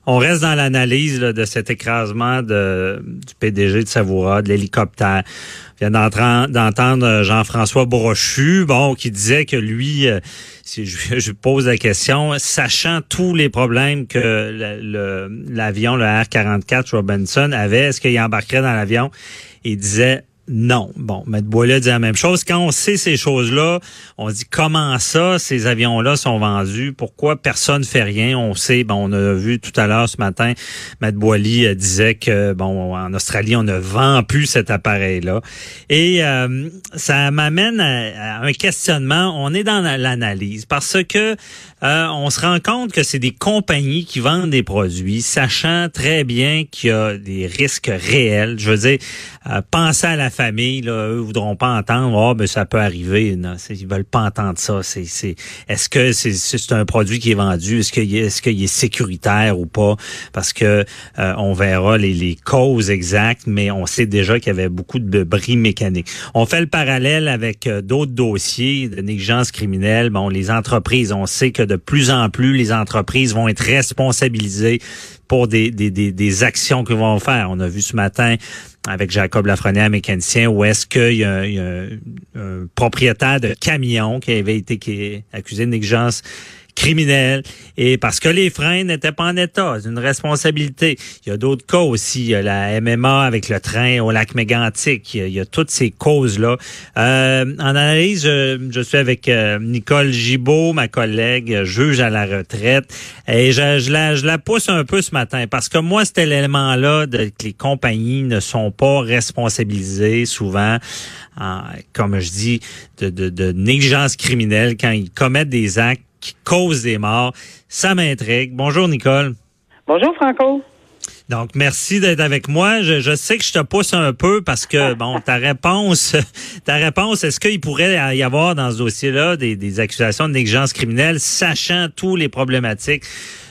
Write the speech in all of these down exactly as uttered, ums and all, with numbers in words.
On reste dans l'analyse là, de cet écrasement de, du P D G de Savoura, de l'hélicoptère. On vient d'entendre, d'entendre Jean-François Brochu, bon, qui disait que lui, euh, si je, je pose la question, sachant tous les problèmes que le, le, l'avion, le R quarante-quatre Robinson avait, est-ce qu'il embarquerait dans l'avion? Il disait non. Bon, M. Boileau dit la même chose. Quand on sait ces choses-là, on dit comment ça, ces avions-là sont vendus? Pourquoi personne ne fait rien? On sait, bon, on a vu tout à l'heure ce matin, M. Boileau disait que, bon, en Australie, on ne vend plus cet appareil-là. Et euh, ça m'amène à, à un questionnement. On est dans l'analyse parce que euh, on se rend compte que c'est des compagnies qui vendent des produits, sachant très bien qu'il y a des risques réels. Je veux dire, euh, pensez à la famille, là, eux voudront pas entendre, oh, ben ça peut arriver. Non, ils veulent pas entendre ça. C'est, c'est, est-ce que c'est, c'est un produit qui est vendu? Est-ce qu'il est, est-ce qu'il est sécuritaire ou pas? Parce que euh, on verra les, les causes exactes, mais on sait déjà qu'il y avait beaucoup de bris mécaniques. On fait le parallèle avec euh, d'autres dossiers de négligence criminelle. Bon, les entreprises, on sait que de plus en plus, les entreprises vont être responsabilisées pour des, des, des, des actions qu'ils vont faire. On a vu ce matin avec Jacob Lafrenière, mécanicien, où est-ce qu'il y a, il y a un, un propriétaire de camion qui avait été qui est accusé de négligence criminelle, et parce que les freins n'étaient pas en état, c'est une responsabilité. Il y a d'autres cas aussi, il y a la M M A avec le train au lac Mégantic, il y a, il y a toutes ces causes-là. Euh, en analyse, je, je suis avec euh, Nicole Gibault, ma collègue, juge à la retraite, et je, je, la, je la pousse un peu ce matin, parce que moi, cet élément-là, de, que les compagnies ne sont pas responsabilisées souvent, en, comme je dis, de, de, de négligence criminelle quand ils commettent des actes qui causent des morts. Ça m'intrigue. Bonjour, Nicole. Bonjour, Franco. Donc, merci d'être avec moi. Je, je sais que je te pousse un peu parce que, bon, ta réponse, ta réponse, est-ce qu'il pourrait y avoir dans ce dossier-là des, des accusations de négligence criminelle, sachant tous les problématiques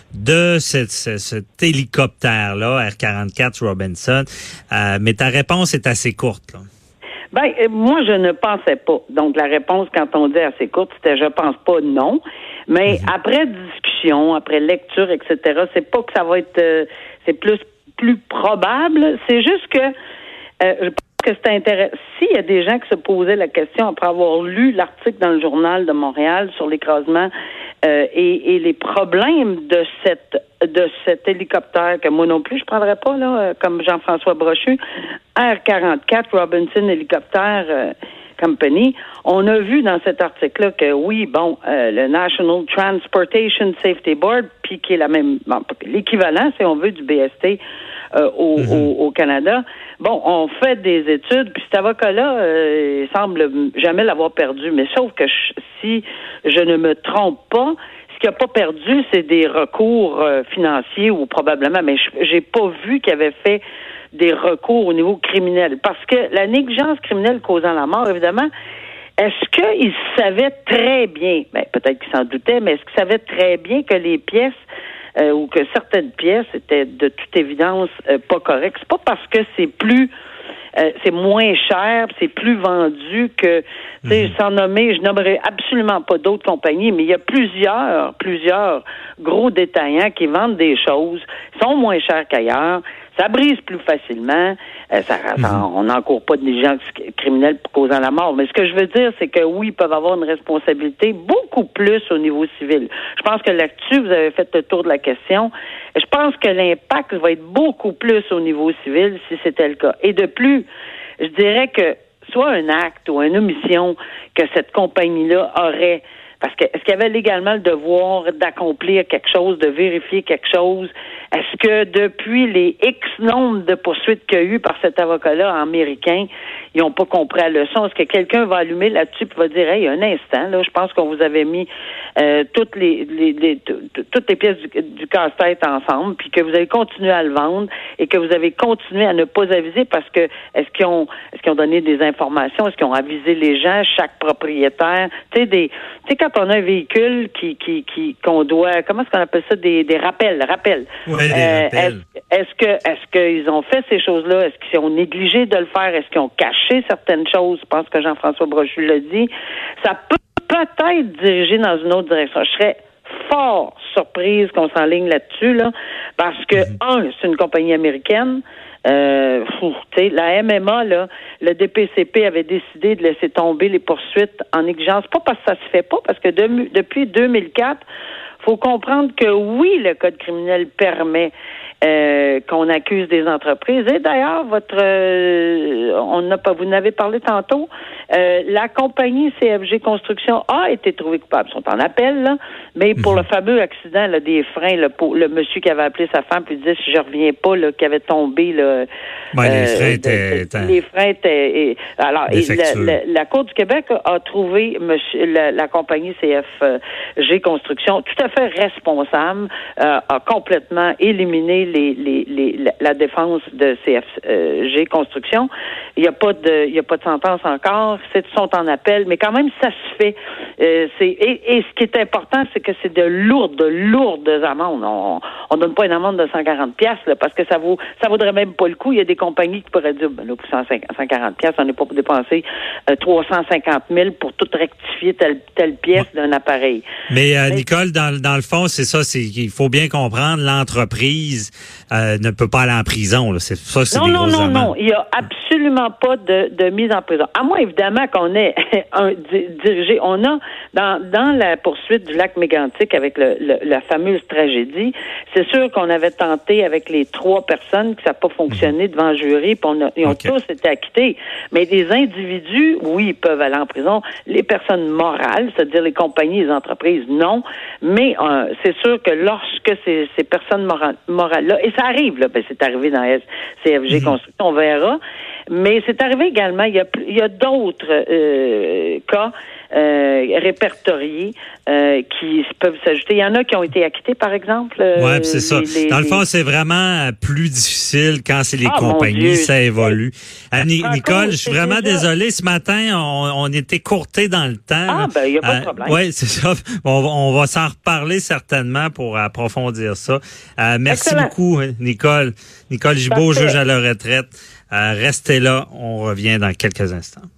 de cette, ce, cet hélicoptère-là, R quarante-quatre Robinson? Euh, mais ta réponse est assez courte, là. Ben, moi, je ne pensais pas. Donc, la réponse, quand on dit assez courte, c'était « je pense pas, non ». Mais mm-hmm. après discussion, après lecture, et cetera, c'est pas que ça va être... Euh, c'est plus plus probable. C'est juste que euh, je pense que c'est intéressant. S'il y a des gens qui se posaient la question après avoir lu l'article dans le Journal de Montréal sur l'écrasement euh, et, et les problèmes de cette de cet hélicoptère, que moi non plus je prendrais pas, là, comme Jean-François Brochu, R quarante-quatre Robinson Helicopter euh, Company, on a vu dans cet article-là que oui, bon, euh, le National Transportation Safety Board, puis qui est la même, bon, l'équivalent, si on veut, du B S T euh, au, mm-hmm. au, au Canada. Bon, on fait des études, puis cet avocat-là, euh, il semble jamais l'avoir perdu, mais sauf que je, si je ne me trompe pas, ce qu'il n'a pas perdu, c'est des recours euh, financiers ou probablement, mais je, j'ai pas vu qu'il avait fait des recours au niveau criminel. Parce que la négligence criminelle causant la mort, évidemment, est-ce qu'il savait très bien, ben, peut-être qu'il s'en doutait, mais est-ce qu'il savait très bien que les pièces euh, ou que certaines pièces étaient de toute évidence euh, pas correctes? C'est pas parce que c'est plus Euh, c'est moins cher, c'est plus vendu que, tu sais, sans nommer, je nommerai absolument pas d'autres compagnies, mais il y a plusieurs, plusieurs gros détaillants qui vendent des choses, sont moins chers qu'ailleurs, ça brise plus facilement, euh, ça, ça, on n'encourt pas de négligence criminelle pour causant la mort. Mais ce que je veux dire, c'est que oui, ils peuvent avoir une responsabilité beaucoup plus au niveau civil. Je pense que là-dessus, vous avez fait le tour de la question. Je pense que l'impact va être beaucoup plus au niveau civil si c'était le cas. Et de plus, je dirais que soit un acte ou une omission que cette compagnie-là aurait, parce que est-ce qu'il y avait légalement le devoir d'accomplir quelque chose, de vérifier quelque chose? Est-ce que depuis les X nombre de poursuites qu'il y a eu par cet avocat-là américain, ils n'ont pas compris la leçon? Est-ce que quelqu'un va allumer là-dessus et va dire, hey, un instant, là, je pense qu'on vous avait mis euh, toutes les, les, les t- t- toutes les pièces du, du casse-tête ensemble, puis que vous avez continué à le vendre et que vous avez continué à ne pas aviser parce que est-ce qu'ils ont est-ce qu'ils ont donné des informations, est-ce qu'ils ont avisé les gens, chaque propriétaire, tu sais des, tu sais quand on a un véhicule qui qui qui qu'on doit, comment est-ce qu'on appelle ça, des des rappels, rappels. Oui, des euh, rappels. Est-ce, est-ce que est-ce qu'ils ont fait ces choses-là? Est-ce qu'ils ont négligé de le faire? Est-ce qu'ils ont caché certaines choses? Je pense que Jean-François Brochu l'a dit. Ça peut peut-être diriger dans une autre direction. Je serais fort surprise qu'on s'enligne là-dessus, là, parce que, mm-hmm. un, c'est une compagnie américaine. Euh, fou, la M M A, là, le D P C P avait décidé de laisser tomber les poursuites en négligence. Pas parce que ça se fait pas, parce que de, depuis deux mille quatre, faut comprendre que oui, le code criminel permet euh, qu'on accuse des entreprises. Et d'ailleurs, votre, euh, on n'a pas, vous n'avez parlé tantôt, euh, la compagnie C F G Construction a été trouvée coupable. Ils sont en appel, là, mais pour mmh. le fameux accident là, des freins, là, pour le monsieur qui avait appelé sa femme puis disait si je reviens pas, là, qui avait tombé, là, ouais, euh, les freins étaient, de, de, les freins étaient. Et, alors, et la, la, la Cour du Québec a, a trouvé monsieur, la, la compagnie C F G Construction tout à fait responsable, euh, a complètement éliminé les, les, les, la, la défense de C F G Construction. Il n'y a pas de, il y a pas de sentence encore. C'est sont en appel, mais quand même ça se fait. Euh, c'est et, et ce qui est important, c'est que c'est de lourdes, lourdes amendes. On, on donne pas une amende de cent quarante piastres là, parce que ça vaut, ça vaudrait même pas le coup. Il y a des compagnies qui pourraient dire, ben là, pour cent quarante piastres, on n'est pas pour dépenser euh, trois cent cinquante mille pour tout rectifier telle telle pièce ouais. d'un appareil. Mais, euh, mais Nicole, dans, dans le fond, c'est ça, c'est qu'il faut bien comprendre, l'entreprise euh, ne peut pas aller en prison. Là. C'est ça, c'est non, des non, grosses non, amendes. non, il n'y a absolument pas de, de mise en prison. À moins évidemment qu'on ait un dirigé. On a dans dans la poursuite du lac Mégantic avec le, le, la fameuse tragédie, c'est sûr qu'on avait tenté avec les trois personnes que ça n'a pas fonctionné devant le jury, puis on a, ils ont okay. tous été acquittés. Mais des individus, oui, ils peuvent aller en prison. Les personnes morales, c'est-à-dire les compagnies, les entreprises, non. Mais euh, c'est sûr que lorsque ces, ces personnes morales, morales-là, et ça arrive, là, ben c'est arrivé dans la C F G mm-hmm. Construction, on verra. Mais c'est arrivé également, il y a, il y a d'autres euh, cas euh, répertoriés euh, qui peuvent s'ajouter. Il y en a qui ont été acquittés, par exemple. Euh, oui, c'est ça. Les, dans le fond, c'est vraiment plus difficile quand c'est les oh, compagnies, ça évolue. Euh, Nicole, Nicole, je suis vraiment déjà... désolé. Ce matin, on, on était courté dans le temps. Ah, ben, il n'y a pas euh, de problème. Oui, c'est ça. On va, on va s'en reparler certainement pour approfondir ça. Euh, merci Excellent. beaucoup, Nicole. Nicole Gibault, juge à la retraite. Euh, restez là, on revient dans quelques instants.